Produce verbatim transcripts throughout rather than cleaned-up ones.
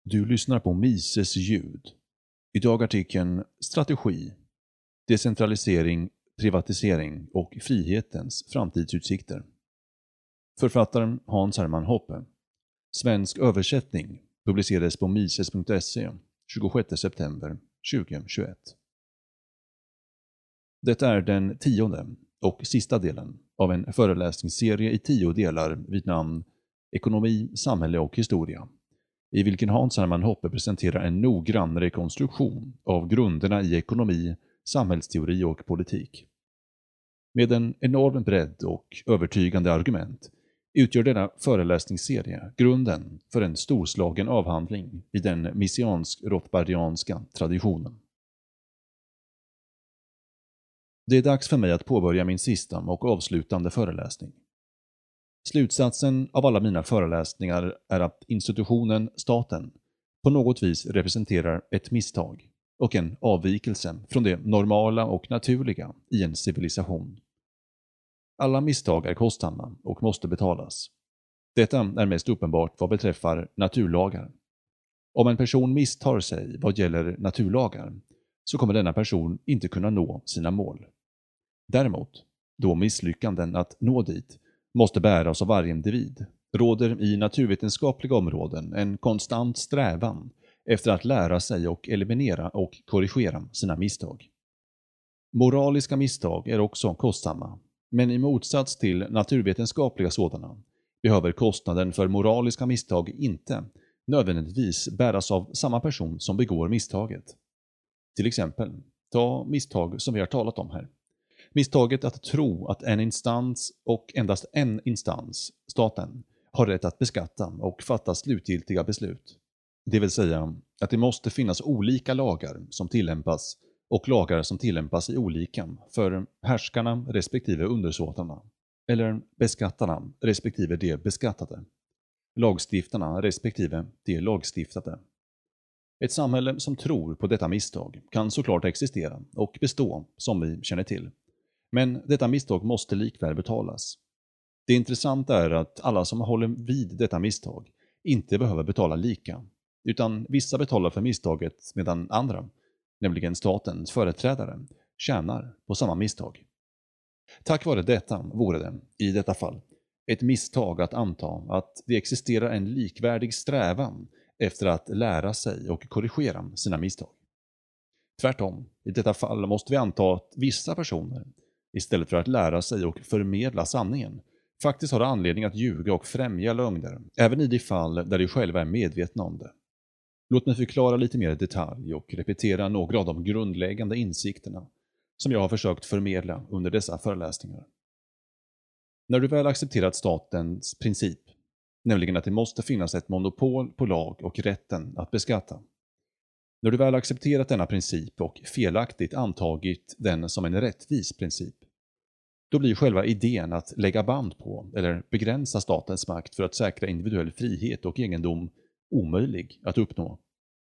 Du lyssnar på Mises ljud. Idag artikeln Strategi, decentralisering, privatisering och frihetens framtidsutsikter. Författaren Hans Hermann Hoppe. Svensk översättning publicerades på mises punkt se tjugosjätte september tjugohundratjugoett. Detta är den tionde och sista delen av en föreläsningsserie i tio delar vid namn Ekonomi, samhälle och historia, i vilken Hans Hermann Hoppe presenterar en noggrann rekonstruktion av grunderna i ekonomi, samhällsteori och politik. Med en enorm bredd och övertygande argument utgör denna föreläsningsserie grunden för en storslagen avhandling i den missiansk-rothbardianska traditionen. Det är dags för mig att påbörja min sista och avslutande föreläsning. Slutsatsen av alla mina föreläsningar är att institutionen, staten, på något vis representerar ett misstag och en avvikelse från det normala och naturliga i en civilisation. Alla misstag är kostsamma och måste betalas. Detta är mest uppenbart vad beträffar naturlagar. Om en person misstar sig vad gäller naturlagar så kommer denna person inte kunna nå sina mål. Däremot, då misslyckanden att nå dit måste bäras av varje individ, råder i naturvetenskapliga områden en konstant strävan efter att lära sig och eliminera och korrigera sina misstag. Moraliska misstag är också kostsamma, men i motsats till naturvetenskapliga sådana behöver kostnaden för moraliska misstag inte nödvändigtvis bäras av samma person som begår misstaget. Till exempel, ta misstag som vi har talat om här. Misstaget att tro att en instans och endast en instans, staten, har rätt att beskatta och fatta slutgiltiga beslut. Det vill säga att det måste finnas olika lagar som tillämpas och lagar som tillämpas i olika för härskarna respektive undersåtarna, eller beskattarna respektive de beskattade, lagstiftarna respektive de lagstiftade. Ett samhälle som tror på detta misstag kan såklart existera och bestå som vi känner till. Men detta misstag måste likväl betalas. Det intressanta är att alla som håller vid detta misstag inte behöver betala lika, utan vissa betalar för misstaget medan andra, nämligen statens företrädare, tjänar på samma misstag. Tack vare detta vore det, i detta fall, ett misstag att anta att det existerar en likvärdig strävan efter att lära sig och korrigera sina misstag. Tvärtom, i detta fall måste vi anta att vissa personer, istället för att lära sig och förmedla sanningen, faktiskt har anledning att ljuga och främja lögner, även i de fall där de själva är medvetna om det. Låt mig förklara lite mer i detalj och repetera några av de grundläggande insikterna som jag har försökt förmedla under dessa föreläsningar. När du väl accepterat statens princip, nämligen att det måste finnas ett monopol på lag och rätten att beskatta. När du väl accepterat denna princip och felaktigt antagit den som en rättvis princip, då blir själva idén att lägga band på eller begränsa statens makt för att säkra individuell frihet och egendom omöjlig att uppnå.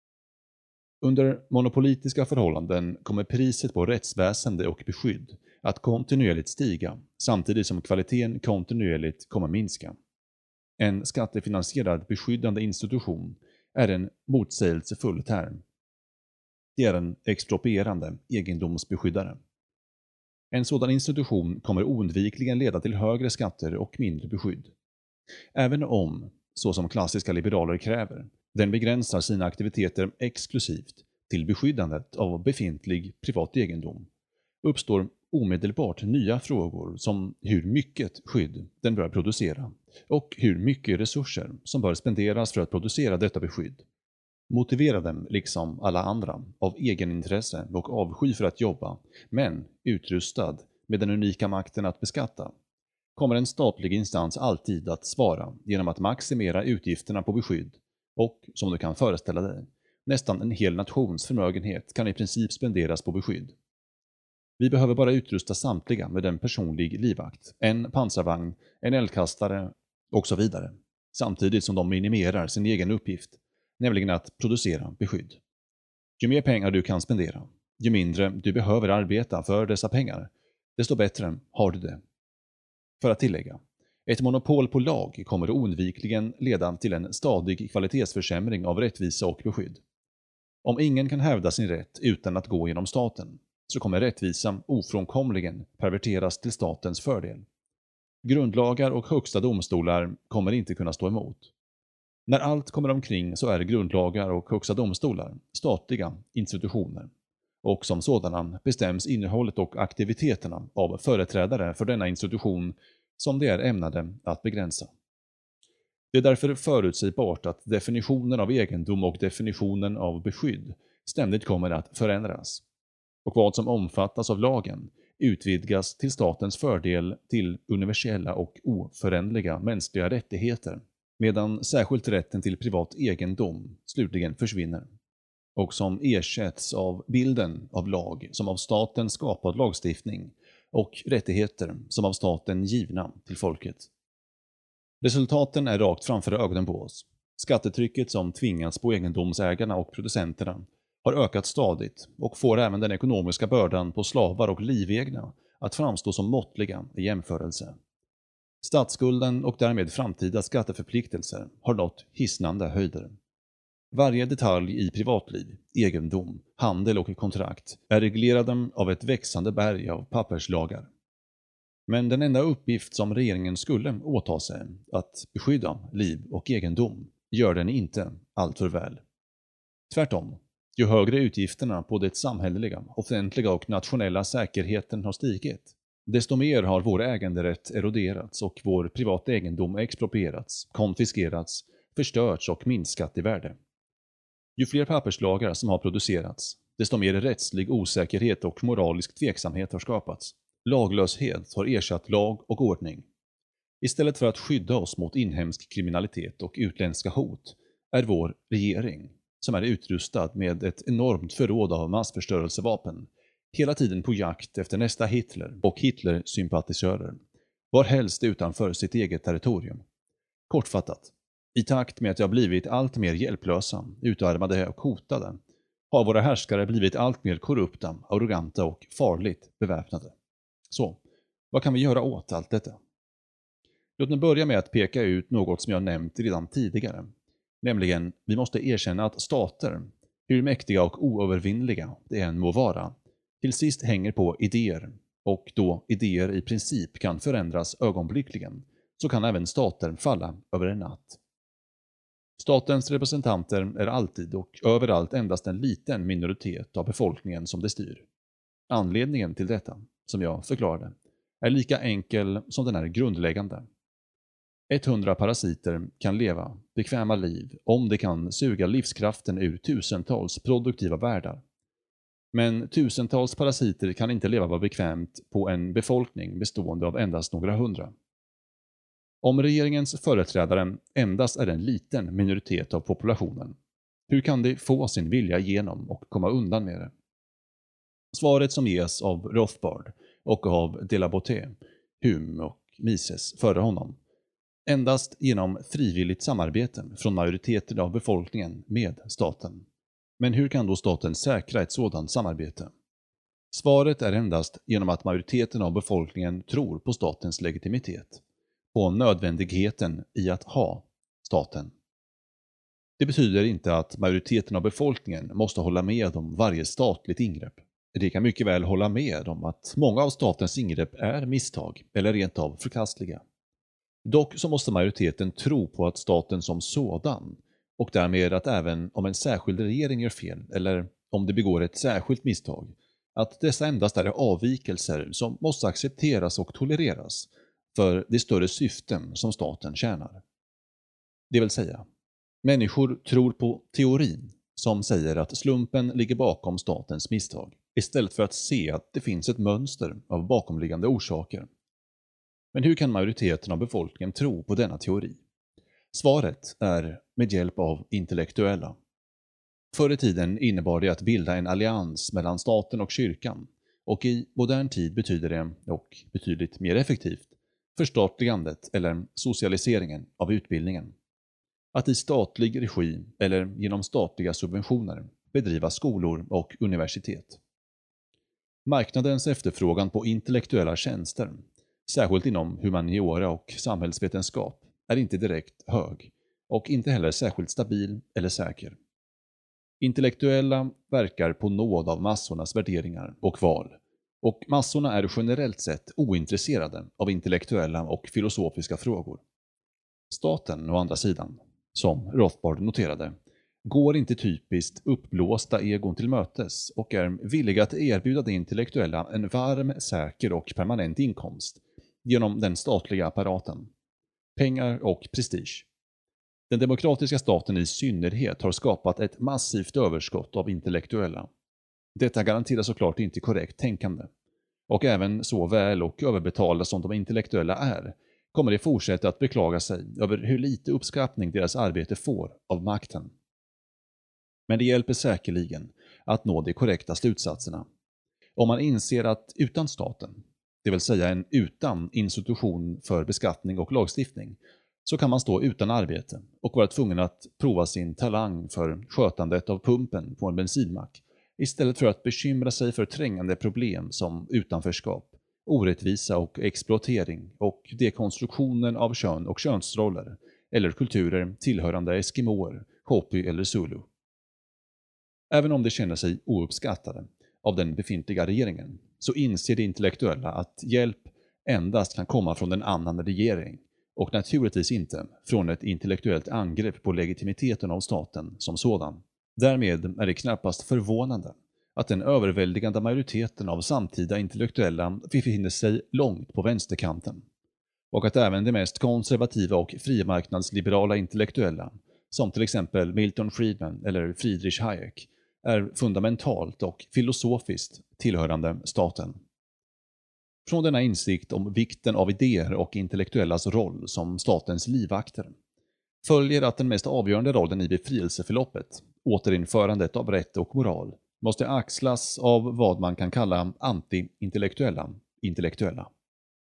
Under monopolitiska förhållanden kommer priset på rättsväsende och beskydd att kontinuerligt stiga, samtidigt som kvaliteten kontinuerligt kommer minska. En skattefinansierad beskyddande institution är en motsägelsefull term. Det är en exproprierande egendomsbeskyddare. En sådan institution kommer oundvikligen leda till högre skatter och mindre beskydd. Även om, så som klassiska liberaler kräver, den begränsar sina aktiviteter exklusivt till beskyddandet av befintlig privat egendom, uppstår omedelbart nya frågor som hur mycket skydd den bör producera och hur mycket resurser som bör spenderas för att producera detta beskydd. Motiverade, liksom alla andra, av egenintresse och avsky för att jobba, men utrustad med den unika makten att beskatta, kommer en statlig instans alltid att svara genom att maximera utgifterna på beskydd och, som du kan föreställa dig, nästan en hel nations förmögenhet kan i princip spenderas på beskydd. Vi behöver bara utrusta samtliga med en personlig livvakt, en pansarvagn, en eldkastare och så vidare, samtidigt som de minimerar sin egen uppgift, nämligen att producera beskydd. Ju mer pengar du kan spendera, ju mindre du behöver arbeta för dessa pengar, desto bättre har du det. För att tillägga, Ett monopol på lag kommer oundvikligen leda till en stadig kvalitetsförsämring av rättvisa och beskydd. Om ingen kan hävda sin rätt utan att gå genom staten, så kommer rättvisan ofrånkomligen perverteras till statens fördel. Grundlagar och högsta domstolar kommer inte kunna stå emot. När allt kommer omkring så är grundlagar och högsta domstolar statliga institutioner, och som sådana bestäms innehållet och aktiviteterna av företrädare för denna institution som de är ämnade att begränsa. Det är därför förutsägbart att definitionen av egendom och definitionen av beskydd ständigt kommer att förändras, och vad som omfattas av lagen utvidgas till statens fördel till universella och oförändliga mänskliga rättigheter, medan särskilt rätten till privat egendom slutligen försvinner, och som ersätts av bilden av lag som av staten skapad lagstiftning och rättigheter som av staten givna till folket. Resultaten är rakt framför ögonen på oss. Skattetrycket som tvingats på egendomsägarna och producenterna har ökat stadigt och får även den ekonomiska bördan på slavar och livegna att framstå som måttliga i jämförelse. Statsskulden och därmed framtida skatteförpliktelser har nått hisnande höjder. Varje detalj i privatliv, egendom, handel och kontrakt är reglerade av ett växande berg av papperslagar. Men den enda uppgift som regeringen skulle åta sig, att beskydda liv och egendom, gör den inte alltför väl. Tvärtom, ju högre utgifterna på det samhälleliga, offentliga och nationella säkerheten har stigit, desto mer har vår äganderätt eroderats och vår privata egendom exproprierats, konfiskerats, förstörts och minskat i värde. Ju fler papperslagar som har producerats, desto mer rättslig osäkerhet och moralisk tveksamhet har skapats. Laglöshet har ersatt lag och ordning. Istället för att skydda oss mot inhemsk kriminalitet och utländska hot är vår regering, som är utrustad med ett enormt förråd av massförstörelsevapen, hela tiden på jakt efter nästa Hitler och Hitler-sympatisörer, var helst utanför sitt eget territorium. Kortfattat, i takt med att de har blivit allt mer hjälplösa, utarmade och hotade, har våra härskare blivit allt mer korrupta, arroganta och farligt beväpnade. Så, vad kan vi göra åt allt detta? Låt mig börja med att peka ut något som jag nämnt redan tidigare, nämligen vi måste erkänna att stater, hur mäktiga och oövervinnliga det än må vara, till sist hänger på idéer, och då idéer i princip kan förändras ögonblickligen, så kan även stater falla över en natt. Statens representanter är alltid och överallt endast en liten minoritet av befolkningen som det styr. Anledningen till detta, som jag förklarade, är lika enkel som den är grundläggande. hundra parasiter kan leva bekväma liv om de kan suga livskraften ur tusentals produktiva världar. Men tusentals parasiter kan inte leva bekvämt på en befolkning bestående av endast några hundra. Om regeringens företrädare endast är en liten minoritet av populationen, hur kan de få sin vilja igenom och komma undan med det? Svaret som ges av Rothbard och av de la Boetie, Hume och Mises före honom, endast genom frivilligt samarbete från majoriteten av befolkningen med staten. Men hur kan då staten säkra ett sådant samarbete? Svaret är endast genom att majoriteten av befolkningen tror på statens legitimitet, på nödvändigheten i att ha staten. Det betyder inte att majoriteten av befolkningen måste hålla med om varje statligt ingrepp. Det kan mycket väl hålla med om att många av statens ingrepp är misstag eller rent av förkastliga. Dock så måste majoriteten tro på att staten som sådan, och därmed att även om en särskild regering gör fel eller om det begår ett särskilt misstag, att dessa endast är avvikelser som måste accepteras och tolereras för det större syften som staten tjänar. Det vill säga, människor tror på teorin som säger att slumpen ligger bakom statens misstag, istället för att se att det finns ett mönster av bakomliggande orsaker. Men hur kan majoriteten av befolkningen tro på denna teori? Svaret är med hjälp av intellektuella. Förr i tiden innebar det att bilda en allians mellan staten och kyrkan, och i modern tid betyder det, och betydligt mer effektivt, förstatligandet eller socialiseringen av utbildningen. Att i statlig regi eller genom statliga subventioner bedriva skolor och universitet. Marknadens efterfrågan på intellektuella tjänster särskilt inom humaniora och samhällsvetenskap, är inte direkt hög och inte heller särskilt stabil eller säker. Intellektuella verkar på nåd av massornas värderingar och val, och massorna är generellt sett ointresserade av intellektuella och filosofiska frågor. Staten, å andra sidan, som Rothbard noterade, går inte typiskt uppblåsta egon till mötes och är villiga att erbjuda de intellektuella en varm, säker och permanent inkomst genom den statliga apparaten, pengar och prestige. Den demokratiska staten i synnerhet har skapat ett massivt överskott av intellektuella. Detta garanterar såklart inte korrekt tänkande. Och även så väl och överbetalda som de intellektuella är, kommer de fortsätta att beklaga sig över hur lite uppskattning deras arbete får av makten. Men det hjälper säkerligen att nå de korrekta slutsatserna. Om man inser att utan staten, det vill säga en utan institution för beskattning och lagstiftning, så kan man stå utan arbete och vara tvungen att prova sin talang för skötandet av pumpen på en bensinmack, istället för att bekymra sig för trängande problem som utanförskap, orättvisa och exploatering och dekonstruktionen av kön och könsroller eller kulturer tillhörande eskimoer, hopi eller zulu. Även om de känner sig ouppskattade av den befintliga regeringen, så inser de intellektuella att hjälp endast kan komma från en annan regering och naturligtvis inte från ett intellektuellt angrepp på legitimiteten av staten som sådan. Därmed är det knappast förvånande att den överväldigande majoriteten av samtida intellektuella befinner sig långt på vänsterkanten och att även de mest konservativa och frimarknadsliberala intellektuella, som till exempel Milton Friedman eller Friedrich Hayek, är fundamentalt och filosofiskt tillhörande staten. Från denna insikt om vikten av idéer och intellektuellas roll som statens livvakter följer att den mest avgörande rollen i befrielseförloppet, återinförandet av rätt och moral, måste axlas av vad man kan kalla anti-intellektuella intellektuella.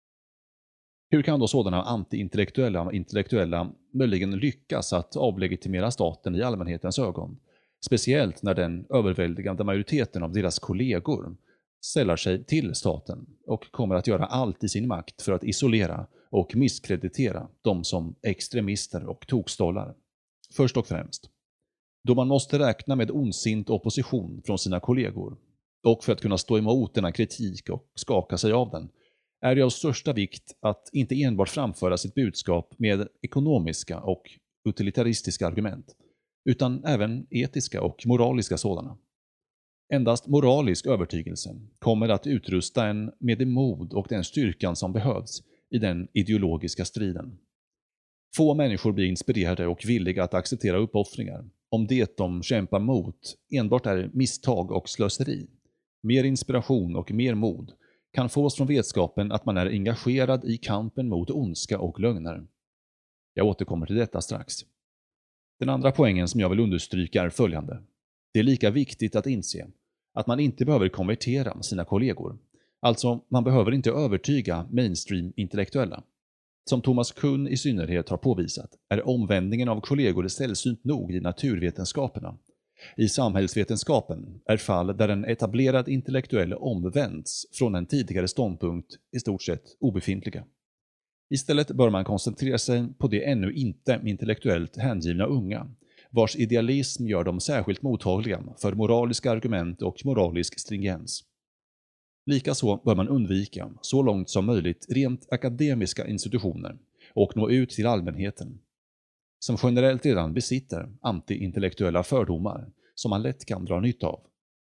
Hur kan då sådana anti-intellektuella intellektuella möjligen lyckas att avlegitimera staten i allmänhetens ögon, speciellt när den överväldigande majoriteten av deras kollegor sällar sig till staten och kommer att göra allt i sin makt för att isolera och misskreditera dem som extremister och tokstollar? Först och främst, då man måste räkna med ondsint opposition från sina kollegor, och för att kunna stå emot denna kritik och skaka sig av den, är det av största vikt att inte enbart framföra sitt budskap med ekonomiska och utilitaristiska argument, utan även etiska och moraliska sådana. Endast moralisk övertygelse kommer att utrusta en med det mod och den styrkan som behövs i den ideologiska striden. Få människor blir inspirerade och villiga att acceptera uppoffringar om det de kämpar mot enbart är misstag och slöseri. Mer inspiration och mer mod kan fås från vetskapen att man är engagerad i kampen mot ondska och lögner. Jag återkommer till detta strax. Den andra poängen som jag vill understryka är följande. Det är lika viktigt att inse att man inte behöver konvertera sina kollegor. Alltså, man behöver inte övertyga mainstream-intellektuella. Som Thomas Kuhn i synnerhet har påvisat är omvändningen av kollegor sällsynt nog i naturvetenskaperna. I samhällsvetenskapen är fall där en etablerad intellektuell omvänds från en tidigare ståndpunkt i stort sett obefintliga. Istället bör man koncentrera sig på de ännu inte intellektuellt hängivna unga, vars idealism gör dem särskilt mottagliga för moraliska argument och moralisk stringens. Likaså bör man undvika, så långt som möjligt, rent akademiska institutioner och nå ut till allmänheten, som generellt redan besitter anti-intellektuella fördomar som man lätt kan dra nytta av.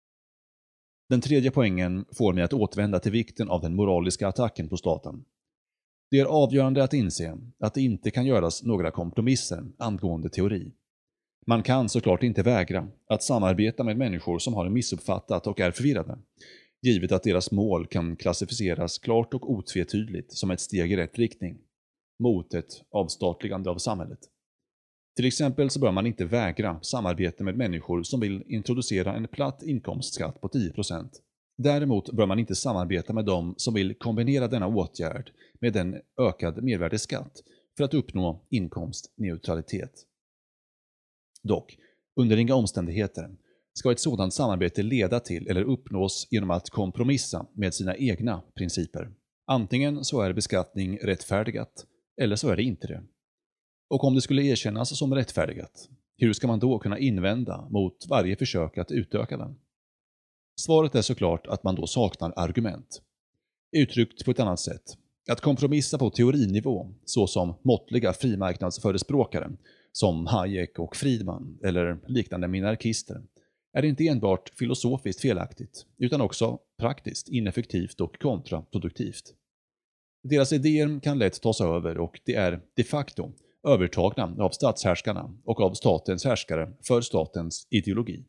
Den tredje poängen får mig att återvända till vikten av den moraliska attacken på staten. Det är avgörande att inse att det inte kan göras några kompromisser angående teori. Man kan såklart inte vägra att samarbeta med människor som har missuppfattat och är förvirrade, givet att deras mål kan klassificeras klart och otvetydigt som ett steg i rätt riktning, mot ett avstatligande av samhället. Till exempel så bör man inte vägra samarbete med människor som vill introducera en platt inkomstskatt på tio procent. Däremot bör man inte samarbeta med dem som vill kombinera denna åtgärd med en ökad mervärdesskatt för att uppnå inkomstneutralitet. Dock, under inga omständigheter ska ett sådant samarbete leda till eller uppnås genom att kompromissa med sina egna principer. Antingen så är beskattning rättfärdigat, eller så är det inte det. Och om det skulle erkännas som rättfärdigat, hur ska man då kunna invända mot varje försök att utöka den? Svaret är såklart att man då saknar argument. Uttryckt på ett annat sätt, att kompromissa på teorinivå, såsom måttliga frimarknadsförespråkare, som Hayek och Friedman eller liknande minarkister, är inte enbart filosofiskt felaktigt, utan också praktiskt ineffektivt och kontraproduktivt. Deras idéer kan lätt tas över och det är de facto övertagna av statshärskarna och av statens härskare för statens ideologi.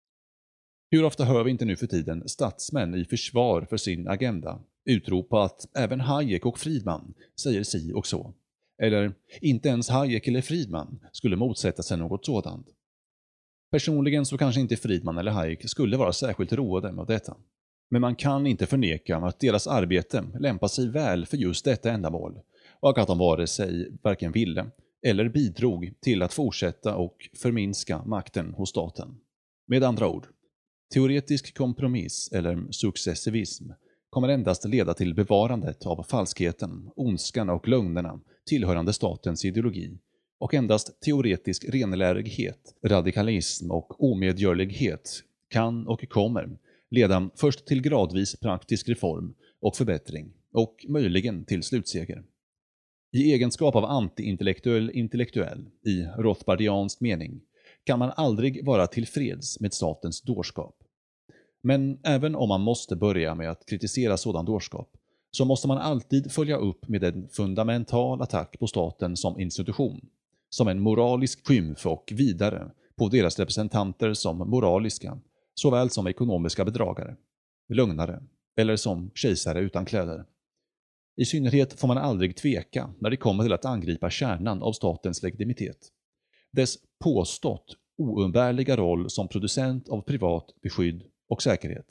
Hur ofta hör vi inte nu för tiden statsmän i försvar för sin agenda utropa att även Hayek och Friedman säger si och så, eller inte ens Hayek eller Friedman skulle motsätta sig något sådant. Personligen så kanske inte Friedman eller Hayek skulle vara särskilt roade med detta. Men man kan inte förneka att deras arbete lämpar sig väl för just detta ändamål och att de vare sig varken ville eller bidrog till att fortsätta och förminska makten hos staten. Med andra ord, teoretisk kompromiss eller successivism kommer endast leda till bevarandet av falskheten, ondskan och lögnerna tillhörande statens ideologi, och endast teoretisk renlärighet, radikalism och omedgörlighet kan och kommer leda först till gradvis praktisk reform och förbättring och möjligen till slutseger. I egenskap av anti-intellektuell intellektuell i rothbardiansk mening kan man aldrig vara tillfreds med statens dårskap. Men även om man måste börja med att kritisera sådan dårskap, så måste man alltid följa upp med en fundamental attack på staten som institution, som en moralisk skymf och vidare på deras representanter som moraliska, såväl som ekonomiska bedragare, lögnare eller som kejsare utan kläder. I synnerhet får man aldrig tveka när det kommer till att angripa kärnan av statens legitimitet. Dess påstått oumbärliga roll som producent av privat beskydd och säkerhet.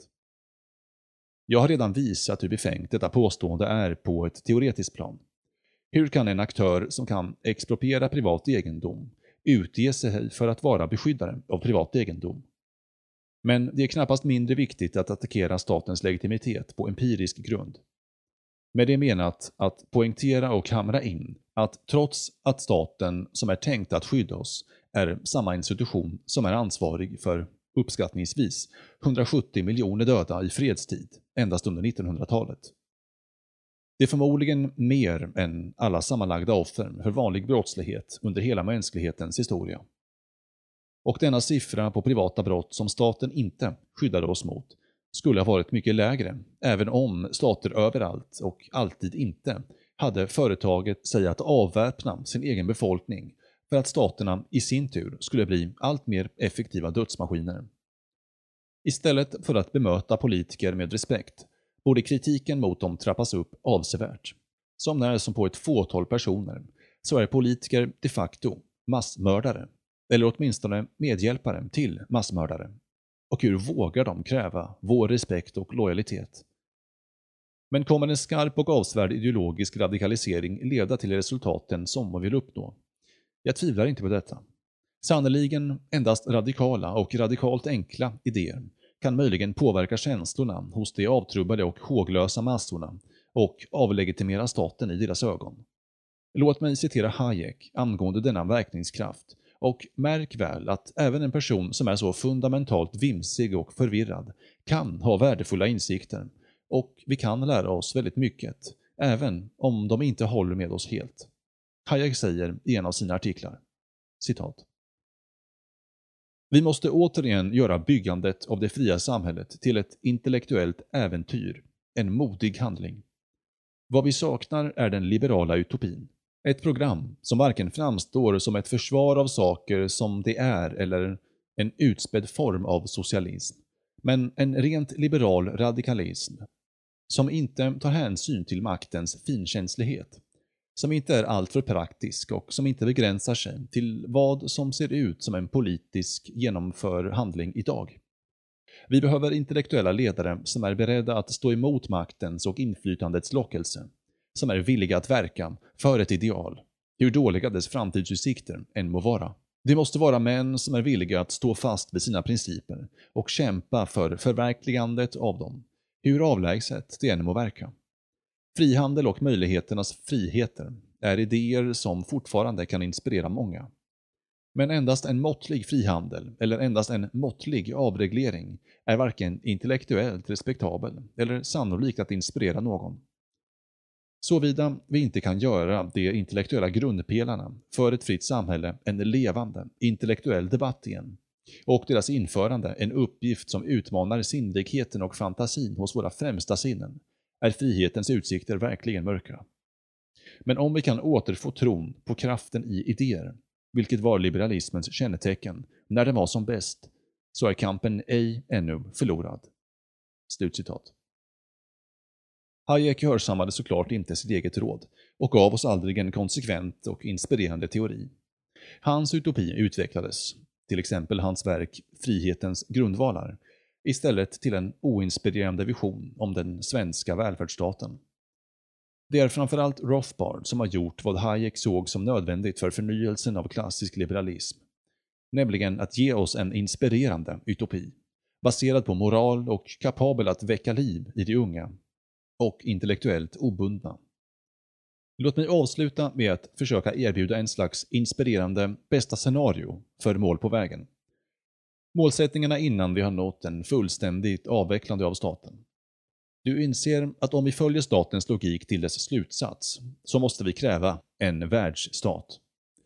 Jag har redan visat hur befängt detta påstående är på ett teoretiskt plan. Hur kan en aktör som kan expropriera privat egendom utge sig för att vara beskyddare av privat egendom? Men det är knappast mindre viktigt att attackera statens legitimitet på empirisk grund. Med det menat att poängtera och hamra in att trots att staten som är tänkt att skydda oss är samma institution som är ansvarig för uppskattningsvis hundrasjuttio miljoner döda i fredstid endast under nittonhundratalet. Det är förmodligen mer än alla sammanlagda offer för vanlig brottslighet under hela mänsklighetens historia. Och denna siffra på privata brott som staten inte skyddade oss mot skulle ha varit mycket lägre, även om stater överallt och alltid inte hade företaget sig att avväpna sin egen befolkning för att staterna i sin tur skulle bli allt mer effektiva dödsmaskiner. Istället för att bemöta politiker med respekt borde kritiken mot dem trappas upp avsevärt. Som när som på ett fåtal personer så är politiker de facto massmördare, eller åtminstone medhjälpare till massmördare. Och hur vågar de kräva vår respekt och lojalitet? Men kommer en skarp och avsvärd ideologisk radikalisering leda till resultaten som man vill uppnå? Jag tvivlar inte på detta. Sannoliken endast radikala och radikalt enkla idéer kan möjligen påverka känslorna hos de avtrubbade och håglösa massorna och avlegitimera staten i deras ögon. Låt mig citera Hayek angående denna verkningskraft, och märk väl att även en person som är så fundamentalt vimsig och förvirrad kan ha värdefulla insikter, och vi kan lära oss väldigt mycket, även om de inte håller med oss helt. Hayek säger i en av sina artiklar, citat: "Vi måste återigen göra byggandet av det fria samhället till ett intellektuellt äventyr, en modig handling. Vad vi saknar är den liberala utopin. Ett program som varken framstår som ett försvar av saker som det är eller en utspädd form av socialism, men en rent liberal radikalism som inte tar hänsyn till maktens finkänslighet, som inte är alltför praktisk och som inte begränsar sig till vad som ser ut som en politisk genomför handling idag. Vi behöver intellektuella ledare som är beredda att stå emot maktens och inflytandets lockelse, som är villiga att verka för ett ideal, hur dåliga dess framtidsutsikter än må vara. Det måste vara män som är villiga att stå fast vid sina principer och kämpa för förverkligandet av dem, hur avlägset det än må verka. Frihandel och möjligheternas friheter är idéer som fortfarande kan inspirera många. Men endast en måttlig frihandel eller endast en måttlig avreglering är varken intellektuellt respektabel eller sannolikt att inspirera någon. Såvida vi inte kan göra de intellektuella grundpelarna för ett fritt samhälle en levande intellektuell debatt igen, och deras införande en uppgift som utmanar sinnligheten och fantasin hos våra främsta sinnen, är frihetens utsikter verkligen mörka. Men om vi kan återfå tron på kraften i idéer, vilket var liberalismens kännetecken när den var som bäst, så är kampen ej ännu förlorad. Slutcitat. Hayek hörsammade såklart inte sitt eget råd och gav oss aldrig en konsekvent och inspirerande teori. Hans utopi utvecklades, till exempel hans verk Frihetens grundvalar, istället till en oinspirerande vision om den svenska välfärdsstaten. Det är framförallt Rothbard som har gjort vad Hayek såg som nödvändigt för förnyelsen av klassisk liberalism, nämligen att ge oss en inspirerande utopi, baserad på moral och kapabel att väcka liv i de unga och intellektuellt obundna. Låt mig avsluta med att försöka erbjuda en slags inspirerande bästa scenario för mål på vägen. Målsättningarna innan vi har nått en fullständigt avvecklande av staten. Du inser att om vi följer statens logik till dess slutsats så måste vi kräva en världsstat.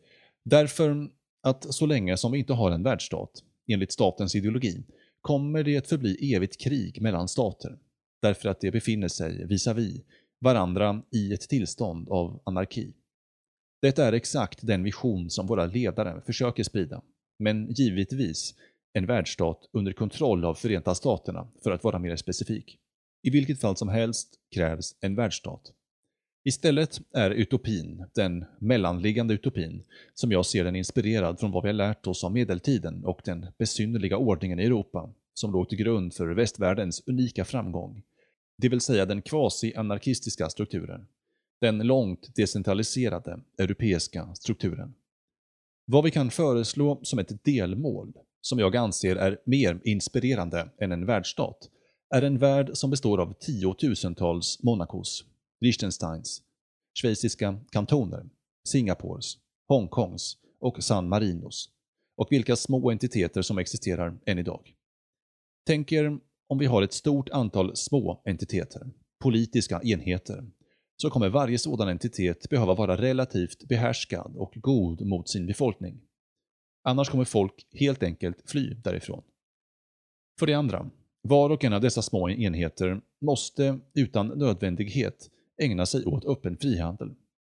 Därför att så länge som vi inte har en världsstat, enligt statens ideologi, kommer det att förbli evigt krig mellan stater, därför att de befinner sig visavi varandra i ett tillstånd av anarki. Detta är exakt den vision som våra ledare försöker sprida, men givetvis en världsstat under kontroll av Förenta Staterna för att vara mer specifik. I vilket fall som helst krävs en världsstat. Istället är utopin, den mellanliggande utopin, som jag ser den inspirerad från vad vi har lärt oss om medeltiden och den besynnerliga ordningen i Europa, som låg till grund för västvärldens unika framgång, det vill säga den quasi-anarkistiska strukturen, den långt decentraliserade europeiska strukturen. Vad vi kan föreslå som ett delmål, som jag anser är mer inspirerande än en världsstat, är en värld som består av tiotusentals Monacos, Liechtensteins, schweiziska kantoner, Singapores, Hongkongs och San Marinos, och vilka små entiteter som existerar än idag. Tänk er om vi har ett stort antal små entiteter, politiska enheter, så kommer varje sådan entitet behöva vara relativt behärskad och god mot sin befolkning. Annars kommer folk helt enkelt fly därifrån. För det andra, var och en av dessa små enheter måste utan nödvändighet ägna sig åt öppen frihandel.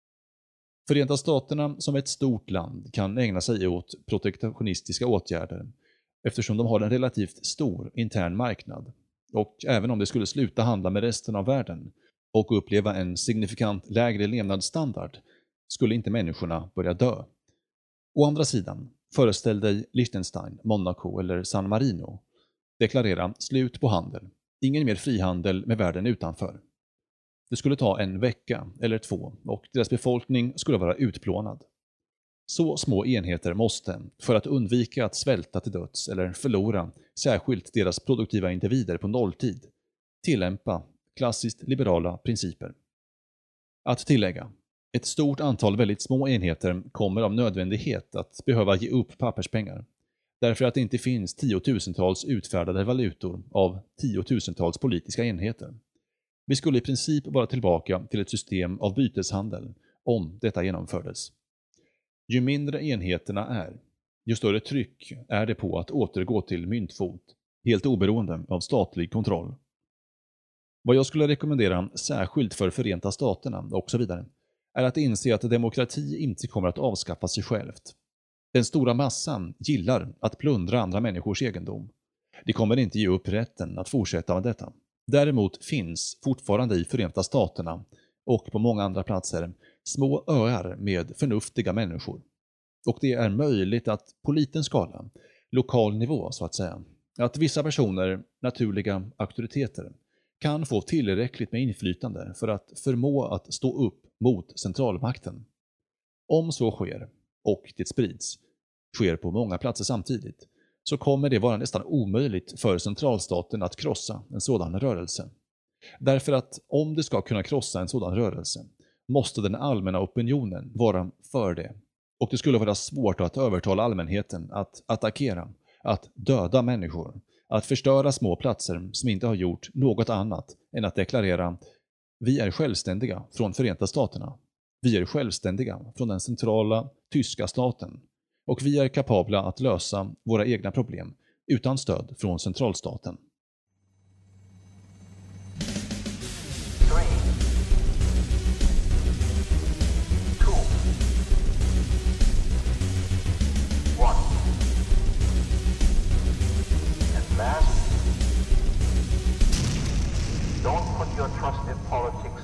Förenta Staterna som ett stort land kan ägna sig åt protektionistiska åtgärder eftersom de har en relativt stor intern marknad, och även om de skulle sluta handla med resten av världen och uppleva en signifikant lägre levnadsstandard skulle inte människorna börja dö. Å andra sidan, föreställ dig Liechtenstein, Monaco eller San Marino deklarera slut på handel, ingen mer frihandel med världen utanför. Det skulle ta en vecka eller två och deras befolkning skulle vara utplånad. Så små enheter måste, för att undvika att svälta till döds eller förlora särskilt deras produktiva individer på nolltid, tillämpa klassiskt liberala principer. Att tillägga, ett stort antal väldigt små enheter kommer av nödvändighet att behöva ge upp papperspengar, därför att det inte finns tiotusentals utfärdade valutor av tiotusentals politiska enheter. Vi skulle i princip vara tillbaka till ett system av byteshandel om detta genomfördes. Ju mindre enheterna är, ju större tryck är det på att återgå till myntfot, helt oberoende av statlig kontroll. Vad jag skulle rekommendera särskilt för Förenta Staterna och så vidare är att inse att demokrati inte kommer att avskaffa sig självt. Den stora massan gillar att plundra andra människors egendom. De kommer inte ge upp rätten att fortsätta med detta. Däremot finns fortfarande i Förenta Staterna och på många andra platser små öar med förnuftiga människor. Och det är möjligt att på liten skala, lokal nivå så att säga, att vissa personer, naturliga auktoriteter, kan få tillräckligt med inflytande för att förmå att stå upp mot centralmakten. Om så sker, och det sprids, sker på många platser samtidigt, så kommer det vara nästan omöjligt för centralstaten att krossa en sådan rörelse. Därför att om det ska kunna krossa en sådan rörelse måste den allmänna opinionen vara för det. Och det skulle vara svårt att övertala allmänheten att attackera, att döda människor, att förstöra små platser som inte har gjort något annat än att deklarera: vi är självständiga från Förenta Staterna. Vi är självständiga från den centrala tyska staten. Och vi är kapabla att lösa våra egna problem utan stöd från centralstaten. Don't put your trust in politics